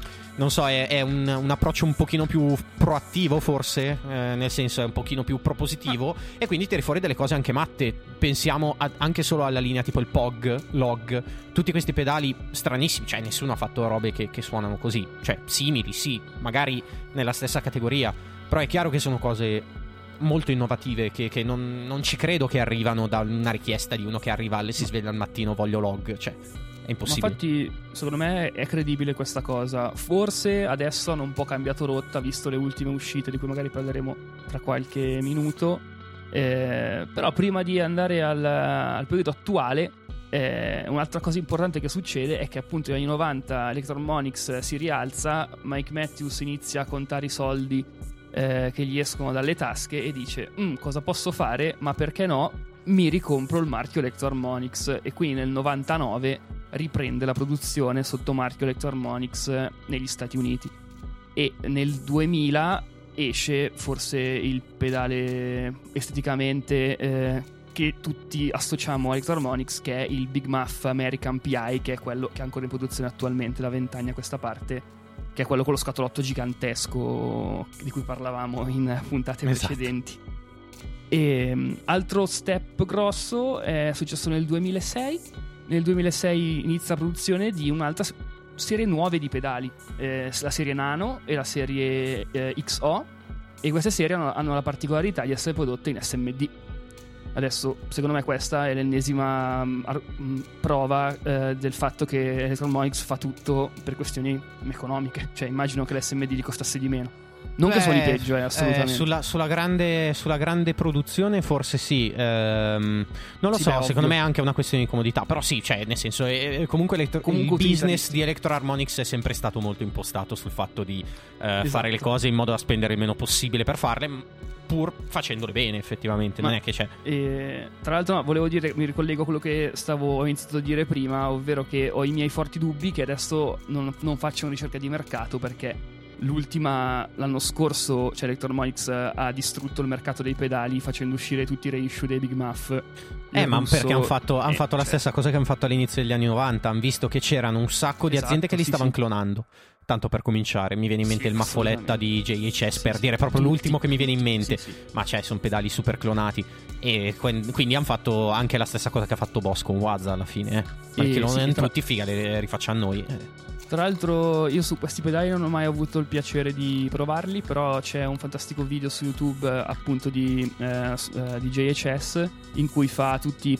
C: approccio un pochino più proattivo, forse, nel senso è un pochino più propositivo, e quindi tiri fuori delle cose anche matte. Pensiamo anche solo alla linea tipo il POG, Log, tutti questi pedali stranissimi, cioè nessuno ha fatto robe che suonano così, cioè simili, sì, magari nella stessa categoria, però è chiaro che sono cose molto innovative che non ci credo che arrivano da una richiesta di uno che arriva e si sveglia al mattino, voglio Log, cioè è impossibile.
B: Ma infatti secondo me è credibile questa cosa. Forse adesso hanno un po' cambiato rotta, visto le ultime uscite di cui magari parleremo tra qualche minuto, però prima di andare al periodo attuale, un'altra cosa importante che succede è che appunto negli anni 90 Electro Harmonix si rialza, Mike Matthews inizia a contare i soldi che gli escono dalle tasche e dice: cosa posso fare? Ma perché no? Mi ricompro il marchio Electro Harmonix, e quindi nel 99 riprende la produzione sotto marchio Electro Harmonix negli Stati Uniti, e nel 2000 esce forse il pedale esteticamente che tutti associamo a Electro Harmonix, che è il Big Muff American PI, che è quello che è ancora in produzione attualmente da 20 anni a questa parte, che è quello con lo scatolotto gigantesco di cui parlavamo in puntate precedenti. E altro step grosso è successo nel 2006. Nel 2006 inizia la produzione di un'altra serie nuove di pedali, la serie Nano e la serie XO, e queste serie hanno la particolarità di essere prodotte in SMD. Adesso secondo me questa è l'ennesima prova del fatto che Electro Harmonix fa tutto per questioni economiche. Cioè immagino che l'SMD gli costasse di meno. Non che suoni peggio, assolutamente.
C: Sulla grande produzione forse sì. Non lo so, secondo me è anche una questione di comodità. Però sì, cioè nel senso comunque il business di Electro Harmonix è sempre stato molto impostato sul fatto di fare le cose in modo da spendere il meno possibile per farle, pur facendole bene effettivamente. Non è che c'è.
B: Tra l'altro volevo dire, mi ricollego a quello che ho iniziato a dire prima, ovvero che ho i miei forti dubbi che adesso non faccio una ricerca di mercato, perché l'anno scorso, cioè Electro Harmonix ha distrutto il mercato dei pedali facendo uscire tutti i reissue dei Big Muff.
C: Ma perché hanno fatto la stessa cosa che hanno fatto all'inizio degli anni 90. Hanno visto che c'erano un sacco di aziende che li stavano clonando. Tanto per cominciare, mi viene in mente il Maffoletta di JHS, per dire proprio l'ultimo che mi viene in mente. Ma sono pedali super clonati, e quindi hanno fatto anche la stessa cosa che ha fatto Boss con Waza alla fine, perché non tutti figa, le rifacciamo noi.
B: Tra l'altro io su questi pedali non ho mai avuto il piacere di provarli, però c'è un fantastico video su YouTube appunto di JHS in cui fa tutti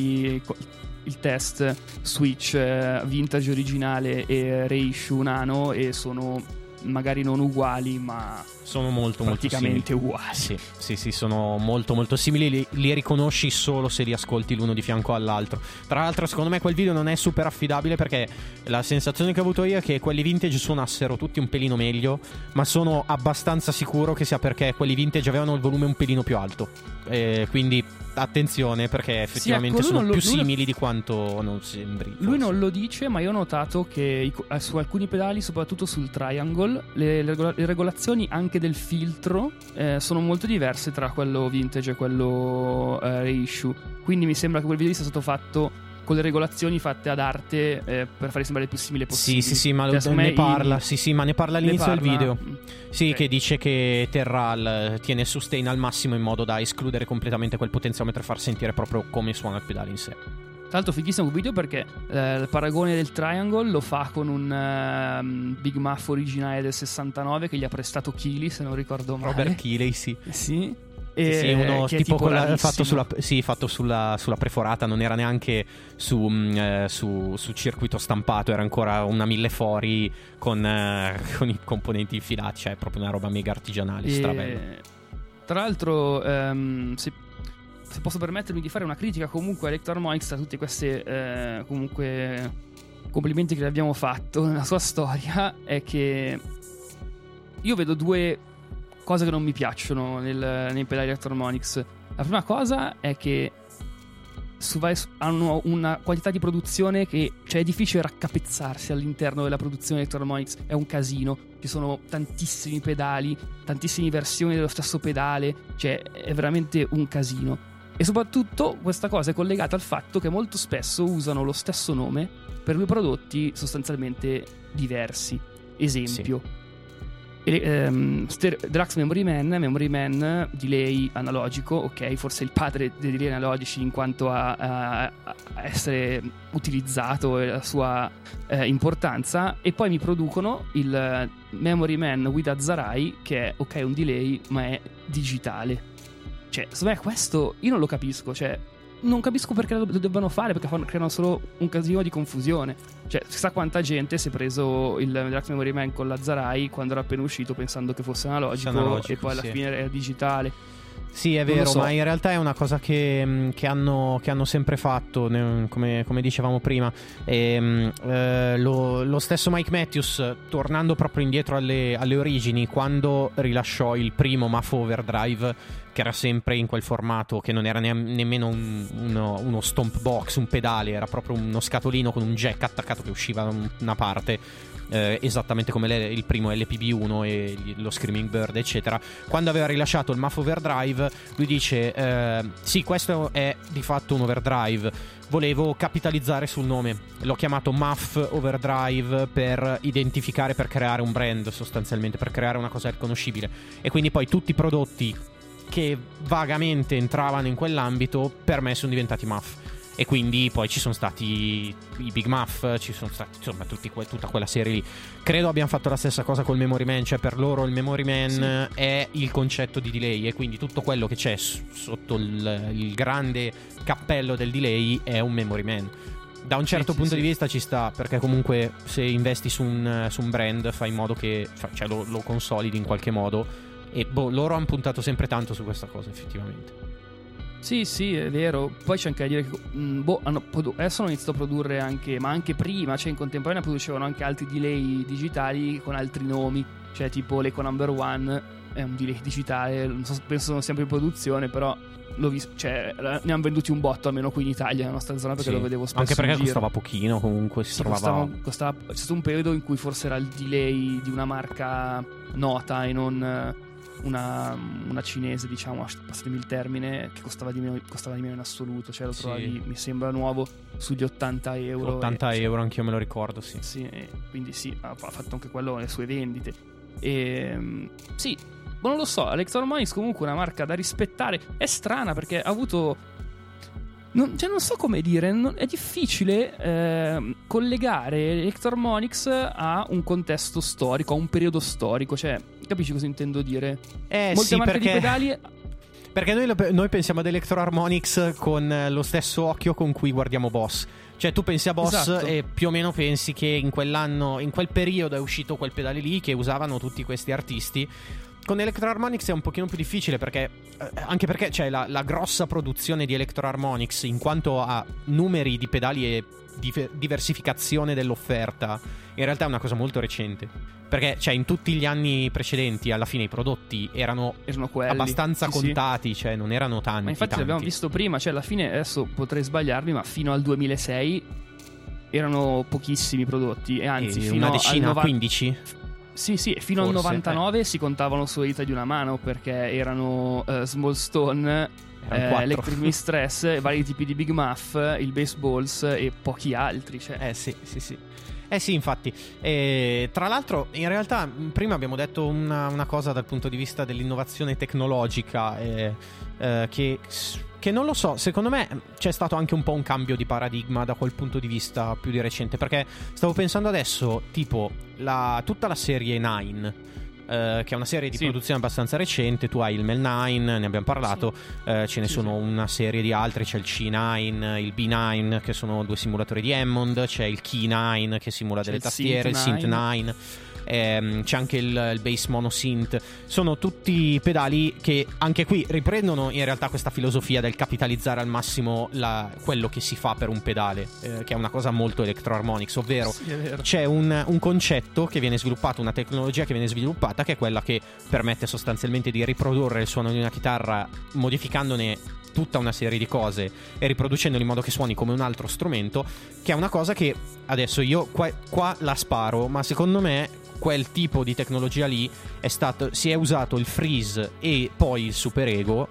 B: il test switch vintage originale e reissue nano, e sono magari non uguali, ma
C: sono molto
B: praticamente
C: molto
B: uguali.
C: Sì, sono molto molto simili, li riconosci solo se li ascolti l'uno di fianco all'altro. Tra l'altro secondo me quel video non è super affidabile, perché la sensazione che ho avuto io è che quelli vintage suonassero tutti un pelino meglio, ma sono abbastanza sicuro che sia perché quelli vintage avevano il volume un pelino più alto, quindi attenzione, perché effettivamente sono più simili di quanto non sembri. Forse.
B: Lui non lo dice, ma io ho notato che su alcuni pedali, soprattutto sul Triangle, le regolazioni anche del filtro sono molto diverse tra quello vintage e quello reissue. Quindi mi sembra che quel video sia stato fatto con le regolazioni fatte ad arte per farli sembrare il più simile possibile.
C: Sì, ma ne parla. Ma ne parla all'inizio del video. Sì, okay. Che dice che Terral tiene sustain al massimo in modo da escludere completamente quel potenziometro e far sentire proprio come suona il pedale in sé.
B: Tra l'altro fighissimo video perché il paragone del Triangle lo fa con un Big Muff originale del 69 che gli ha prestato Keeley, se non ricordo male.
C: Robert Keeley, sì.
B: Sì.
C: Sì, uno tipo fatto sulla preforata, non era neanche su circuito stampato, era ancora una 1000 fori con i componenti infilati, cioè proprio una roba mega artigianale, strabella.
B: Tra l'altro, se posso permettermi di fare una critica comunque a Electro Harmonix a tutte queste comunque complimenti che le abbiamo fatto nella sua storia, è che io vedo due cose che non mi piacciono nei pedali Electro Harmonix. La prima cosa è che hanno una qualità di produzione che, cioè, è difficile raccapezzarsi all'interno della produzione Electro Harmonix, è un casino, ci sono tantissimi pedali, tantissime versioni dello stesso pedale, cioè è veramente un casino. E soprattutto questa cosa è collegata al fatto che molto spesso usano lo stesso nome per due prodotti sostanzialmente diversi. Esempio, sì. Deluxe Memory Man delay analogico, ok, forse il padre dei delay analogici in quanto a essere utilizzato e la sua importanza, e poi mi producono il Memory Man with Azarai che è ok un delay ma è digitale. Cioè, secondo me questo io non lo capisco, cioè non capisco perché lo debbano fare, perché creano solo un casino di confusione. Cioè, chissà quanta gente si è preso il Deluxe Memory Man con l'Azarai quando era appena uscito pensando che fosse analogico e poi alla fine era digitale.
C: Sì, è vero, ma in realtà è una cosa che hanno sempre fatto, come dicevamo prima. Lo stesso Mike Matthews, tornando proprio indietro alle origini, quando rilasciò il primo Muff Overdrive, che era sempre in quel formato, che non era nemmeno uno stomp box, un pedale, era proprio uno scatolino con un jack attaccato che usciva da una parte, esattamente come il primo LPB1 e lo Screaming Bird, eccetera. Quando aveva rilasciato il Muff Overdrive, lui dice sì, questo è di fatto un overdrive, volevo capitalizzare sul nome, l'ho chiamato Muff Overdrive per identificare, per creare un brand, sostanzialmente per creare una cosa riconoscibile. E quindi poi tutti i prodotti che vagamente entravano in quell'ambito per me sono diventati Muff. E quindi poi ci sono stati i Big Muff, ci sono stati insomma tutta quella serie lì. Credo abbiamo fatto la stessa cosa col Memory Man, cioè per loro il Memory Man è il concetto di delay, e quindi tutto quello che c'è sotto il grande cappello del delay è un Memory Man. Da un certo punto di vista ci sta, perché comunque se investi su un brand fai in modo che cioè lo consolidi in qualche modo, e loro hanno puntato sempre tanto su questa cosa, effettivamente.
B: Sì, è vero. Poi c'è anche da dire che adesso hanno iniziato a produrre anche, ma anche prima, cioè in contemporanea producevano anche altri delay digitali con altri nomi, cioè tipo l'Eco Number One è un delay digitale, non so, penso sono sempre in produzione, però l'ho visto, cioè ne hanno venduti un botto almeno qui in Italia, nella nostra zona, perché lo vedevo spesso.
C: Anche perché
B: in giro.
C: Costava pochino, comunque
B: costava. C'è stato un periodo in cui forse era il delay di una marca nota e non una cinese, diciamo, passatemi il termine, che costava di meno in assoluto, cioè lo trovavi, mi sembra nuovo, sugli 80 euro.
C: 80 euro, anch'io me lo ricordo, sì.
B: Sì, quindi sì, ha fatto anche quello le sue vendite. Sì, non lo so, Electro Harmonix comunque è una marca da rispettare. È strana perché ha avuto... non so come dire, è difficile collegare Electro Harmonix a un contesto storico, a un periodo storico, cioè, capisci cosa intendo dire? Molte marche di pedali...
C: Perché noi pensiamo ad Electro Harmonix con lo stesso occhio con cui guardiamo Boss. Cioè tu pensi a Boss, esatto, e più o meno pensi che in quell'anno, in quel periodo è uscito quel pedale lì che usavano tutti questi artisti. con Electro Harmonix è un pochino più difficile perché anche perché c'è la grossa produzione di Electro Harmonix in quanto a numeri di pedali e diversificazione dell'offerta. In realtà è una cosa molto recente, perché cioè in tutti gli anni precedenti alla fine i prodotti erano
B: quelli
C: abbastanza contati, cioè non erano tanti.
B: Ma infatti l'abbiamo visto prima, cioè alla fine, adesso potrei sbagliarmi, ma fino al 2006 erano pochissimi prodotti, e anzi fino
C: una decina,
B: al
C: 15.
B: Sì, fino
C: forse,
B: al 99 si contavano sulle dita di una mano, perché erano Small Stone, Electric Mistress, vari tipi di Big Muff, il Baseballs e pochi altri, cioè.
C: Sì. Sì, infatti. Tra l'altro, in realtà, prima abbiamo detto una cosa dal punto di vista dell'innovazione tecnologica, che non lo so, secondo me c'è stato anche un po' un cambio di paradigma da quel punto di vista più di recente, perché stavo pensando adesso, tipo, tutta la serie 9, che è una serie di produzione abbastanza recente. Tu hai il Mel 9, ne abbiamo parlato, ce ne sono una serie di altri, c'è il C9, il B9 che sono 2 simulatori di Hammond, c'è il Key 9 che simula delle tastiere, il Synth 9, c'è anche il Bass Mono Synth. Sono tutti pedali che anche qui riprendono in realtà questa filosofia del capitalizzare al massimo quello che si fa per un pedale, che è una cosa molto Electro Harmonix, ovvero c'è un concetto che viene sviluppato, una tecnologia che viene sviluppata, che è quella che permette sostanzialmente di riprodurre il suono di una chitarra modificandone tutta una serie di cose e riproducendolo in modo che suoni come un altro strumento, che è una cosa che adesso io qua la sparo, ma secondo me quel tipo di tecnologia lì si è usato il freeze e poi il superego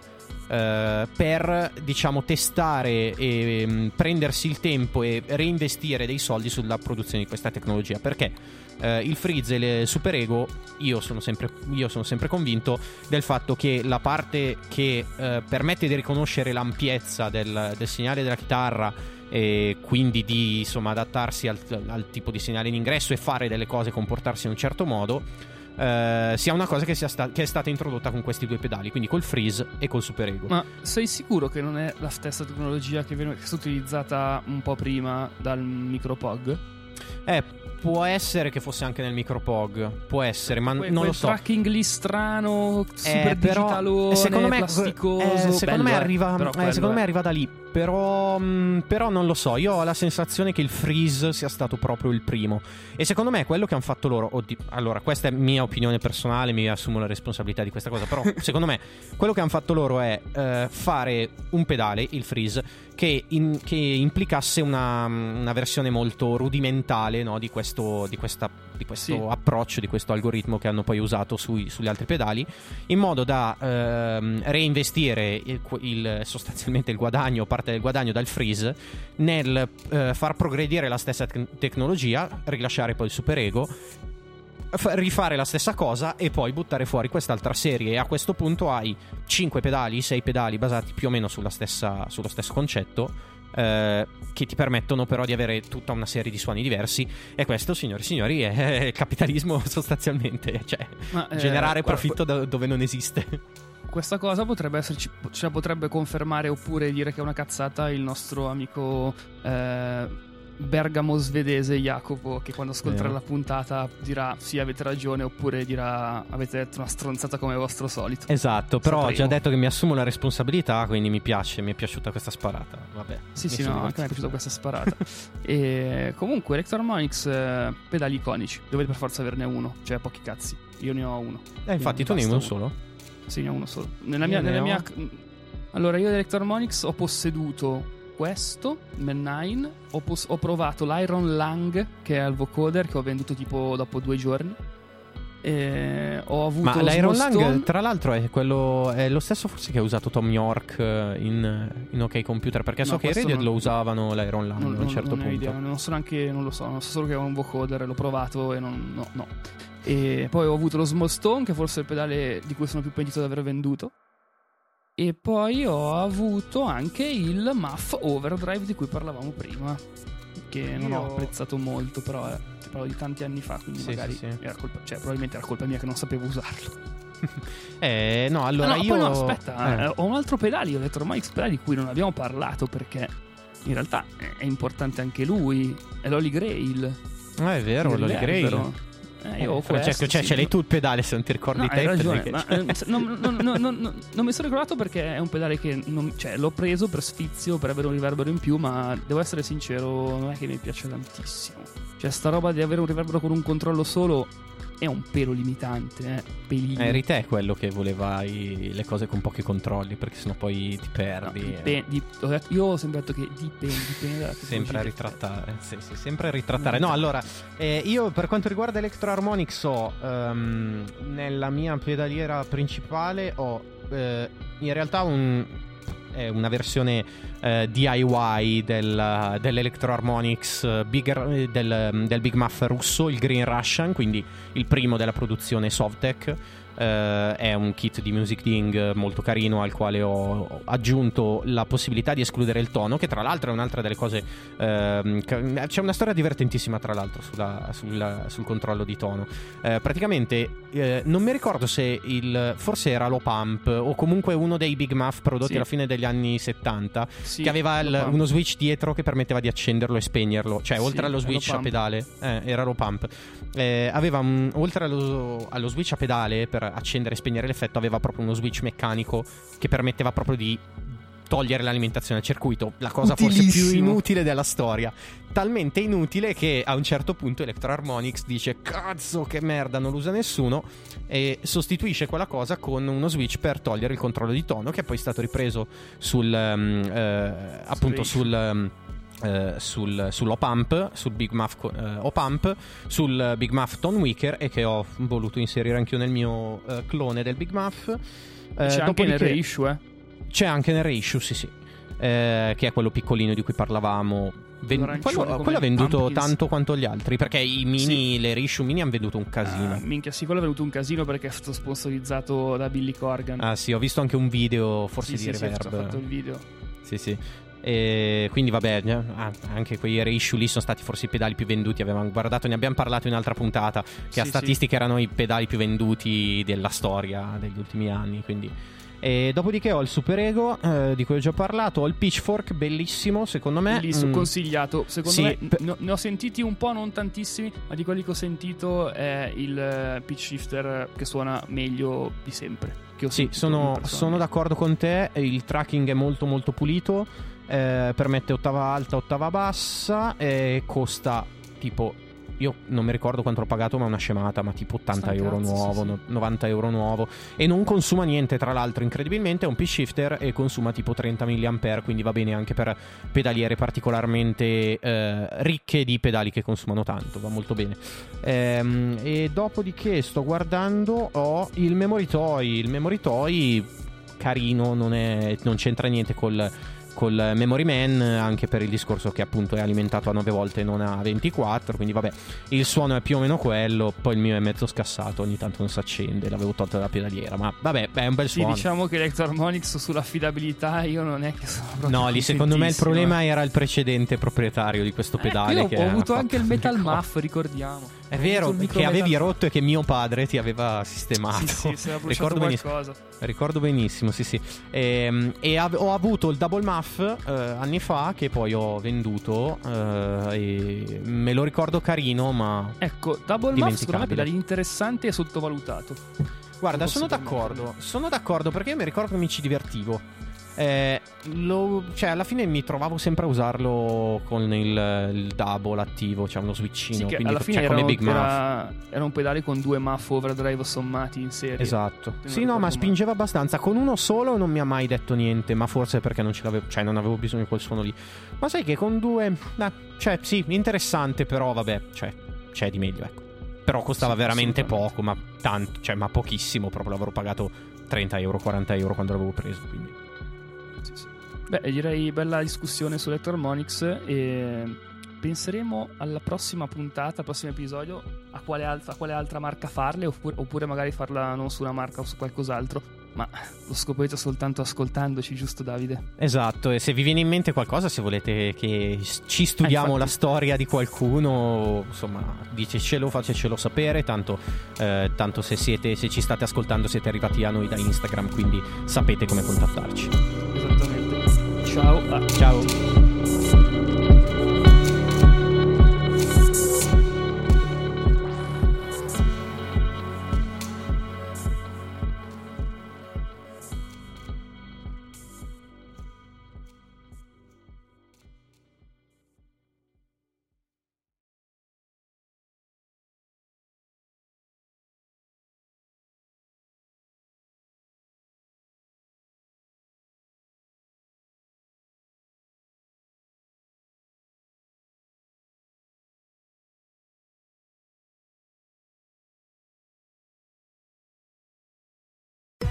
C: per, diciamo, testare e prendersi il tempo e reinvestire dei soldi sulla produzione di questa tecnologia, perché il freeze e il superego, io sono sempre convinto del fatto che la parte che permette di riconoscere l'ampiezza del segnale della chitarra e quindi di, insomma, adattarsi al tipo di segnale in ingresso e fare delle cose, comportarsi in un certo modo, sia una cosa che è stata introdotta con questi due pedali, quindi col freeze e col superego.
B: Ma sei sicuro che non è la stessa tecnologia che è stata utilizzata un po' prima dal MicroPog?
C: Può essere che fosse anche nel MicroPog, può essere, ma non lo so.
B: Quel tracking lì strano, super digitalone,
C: secondo me,
B: plasticoso,
C: secondo me arriva da lì. Però non lo so. Io ho la sensazione che il freeze sia stato proprio il primo. E secondo me quello che hanno fatto loro, allora, questa è mia opinione personale, mi assumo la responsabilità di questa cosa, però secondo me quello che hanno fatto loro è fare un pedale, il freeze, che implicasse una versione molto rudimentale, no, di questo approccio, di questo algoritmo che hanno poi usato sugli altri pedali, in modo da reinvestire sostanzialmente il guadagno, parte del guadagno dal freeze, nel far progredire la stessa tecnologia, rilasciare poi il superego, rifare la stessa cosa e poi buttare fuori quest'altra serie. E a questo punto hai 5 pedali, 6 pedali basati più o meno sullo stesso concetto, che ti permettono però di avere tutta una serie di suoni diversi. E questo, signori e signori, è capitalismo sostanzialmente, cioè generare profitto dove non esiste.
B: Questa cosa potrebbe esserci, ce la potrebbe confermare oppure dire che è una cazzata il nostro amico bergamo svedese Jacopo, che quando ascolterà la puntata dirà sì, avete ragione, oppure dirà avete detto una stronzata come vostro solito.
C: Esatto, però ho già detto che mi assumo la responsabilità, quindi mi è piaciuta questa sparata. Vabbè.
B: Sì, anche a me è piaciuta questa sparata. E comunque Electro Harmonix, pedali iconici, dovete per forza averne uno, cioè pochi cazzi. Io ne ho uno.
C: Infatti tu ne hai uno solo?
B: Sì, ne ho uno solo. Allora, io Electro Harmonix ho posseduto questo, Man 9, ho provato l'Iron Lang, che è al vocoder, che ho venduto tipo dopo 2 giorni. Ho avuto
C: ma l'Iron Lang, tra l'altro, è lo stesso forse che ha usato Tom York in OK Computer, perché so che i Radio lo usavano l'Iron Lang a un certo punto.
B: Idea, non so neanche, non lo so, non so solo che è un vocoder, l'ho provato e no. E poi ho avuto lo Small Stone, che forse è il pedale di cui sono più pentito di aver venduto. E poi ho avuto anche il Muff Overdrive di cui parlavamo prima, che non ho apprezzato molto, però parlo di tanti anni fa, quindi magari era colpa, cioè probabilmente era colpa mia che non sapevo usarlo.
C: No, allora io...
B: Poi aspetta, ho un altro pedale, io ho detto ormai pedale di cui non abbiamo parlato, perché in realtà è importante anche lui, è l'Holy Grail.
C: È vero, l'Holy Grail.
B: Io
C: Francesco, ce l'hai tu il pedale, se non ti ricordi te.
B: Hai ragione, ma non mi sono ricordato perché è un pedale che l'ho preso per sfizio, per avere un riverbero in più, ma devo essere sincero, non è che mi piace tantissimo. Cioè, sta roba di avere un riverbero con un controllo solo è un pelo limitante, pelino.
C: Eri te quello che voleva le cose con pochi controlli, perché sennò poi ti perdi.
B: Io ho sempre detto che dipende
C: sempre a ritrattare. Sì, sempre a ritrattare. No, allora, io per quanto riguarda Electro Harmonix nella mia pedaliera principale ho in realtà una versione DIY dell'Electro Harmonix del Big Muff russo, il Green Russian, quindi il primo della produzione Sovtek. È un kit di Music Ding molto carino, al quale ho aggiunto la possibilità di escludere il tono, che tra l'altro è un'altra delle cose. C'è una storia divertentissima tra l'altro sul controllo di tono. Praticamente non mi ricordo se forse era l'Opamp o comunque uno dei Big Muff prodotti alla fine degli anni 70, che aveva uno switch dietro che permetteva di accenderlo e spegnerlo, cioè oltre allo switch a pedale, era l'Opamp. Aveva oltre allo switch a pedale per accendere e spegnere l'effetto, aveva proprio uno switch meccanico che permetteva proprio di togliere l'alimentazione al circuito. La cosa forse più inutile della storia, talmente inutile che a un certo punto Electro Harmonix dice cazzo che merda, non lo usa nessuno, e sostituisce quella cosa con uno switch per togliere il controllo di tono, che è poi stato ripreso sull'Opamp, sul Big Muff Opamp, sul Big Muff Tone Weaker, e che ho voluto inserire anch'io nel mio clone del Big Muff.
B: C'è anche nel reissue,
C: C'è anche nel reissue, sì. Che è quello piccolino di cui parlavamo. Quello ha venduto tanto quanto gli altri, perché i mini, le reissue mini hanno venduto un casino.
B: Minchia, sì, quello ha venduto un casino perché è stato sponsorizzato da Billy Corgan.
C: Ah sì, ho visto anche un video, forse di Reverb.
B: Sì, ho fatto il video.
C: Sì. E quindi vabbè, anche quei reissue lì sono stati forse i pedali più venduti. Avevamo guardato, ne abbiamo parlato in un'altra puntata, che a statistiche erano i pedali più venduti della storia degli ultimi anni. Quindi e dopodiché ho il Super Ego, di cui ho già parlato. Ho il Pitchfork, bellissimo secondo me,
B: bellissimo, consigliato secondo me. Ne ho sentiti un po', non tantissimi, ma di quelli che ho sentito è il pitch shifter che suona meglio di sempre.
C: Sì, sono d'accordo con te. Il tracking è molto molto pulito, permette ottava alta, ottava bassa, e costa tipo, io non mi ricordo quanto l'ho pagato, ma una scemata, ma tipo 80 euro nuovo, sì. 90 euro nuovo, e non consuma niente, tra l'altro, incredibilmente. È un pitch shifter e consuma tipo 30 mAh, quindi va bene anche per pedaliere particolarmente ricche di pedali che consumano tanto, va molto bene. E dopodiché sto guardando, ho il Memory Toy carino, non c'entra niente col Memory Man, anche per il discorso che appunto è alimentato a 9 volte e non a 24, quindi vabbè, il suono è più o meno quello. Poi il mio è mezzo scassato, ogni tanto non si accende, l'avevo tolto dalla pedaliera, ma vabbè, è un bel suono.
B: Diciamo che Electro Harmonix sull'affidabilità io non è che sono proprio
C: no, lì secondo me il problema era il precedente proprietario di questo pedale, che
B: ho avuto anche il Metal Muff, ricordiamo.
C: È vero, che avevi rotto e che mio padre ti aveva sistemato.
B: Sì, si era bruciato qualcosa.
C: Ricordo benissimo, sì. E ho avuto il Double Muff anni fa, che poi ho venduto, e me lo ricordo carino, ma
B: ecco, Double Muff secondo me pedale interessante e sottovalutato.
C: Guarda, sono d'accordo perché io mi ricordo che mi ci divertivo. Cioè alla fine mi trovavo sempre a usarlo con il double attivo, cioè uno switchino,
B: sì,
C: quindi
B: alla fine
C: come Big Muff
B: era un pedale con 2 muff overdrive sommati in serie.
C: Esatto. Sì, no, ma spingeva abbastanza. Con uno solo non mi ha mai detto niente, ma forse perché non avevo bisogno di quel suono lì. Ma sai che con 2 cioè sì, interessante, però vabbè, cioè c'è di meglio, ecco. Però costava veramente poco, ma tanto, cioè ma pochissimo, proprio l'avrò pagato 30 euro, 40 euro quando l'avevo preso, quindi
B: sì. Beh, direi bella discussione su Electro Harmonix, e penseremo alla prossima puntata, al prossimo episodio, a quale altra marca farle, oppure magari farla non su una marca o su qualcos'altro, ma lo scoprirete soltanto ascoltandoci, giusto Davide?
C: Esatto, e se vi viene in mente qualcosa, se volete che ci studiamo la storia di qualcuno, insomma, dicecelo, facecelo sapere, tanto se ci state ascoltando siete arrivati a noi da Instagram, quindi sapete come contattarci.
B: Esattamente. Ciao.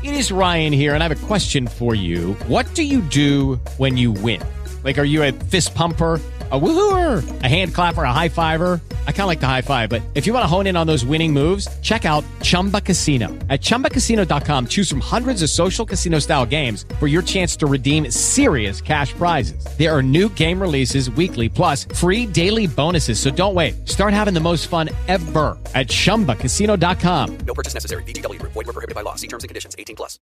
D: It is Ryan here, and I have a question for you. What do you do when you win? Like, are you a fist pumper, a woohooer, a hand clapper, a high fiver? I kind of like the high five, but if you want to hone in on those winning moves, check out Chumba Casino. At ChumbaCasino.com, choose from hundreds of social casino-style games for your chance to redeem serious cash prizes. There are new game releases weekly, plus free daily bonuses. So don't wait. Start having the most fun ever at ChumbaCasino.com.
E: No purchase necessary. VGW Group. Void where prohibited by law. See terms and conditions. 18+.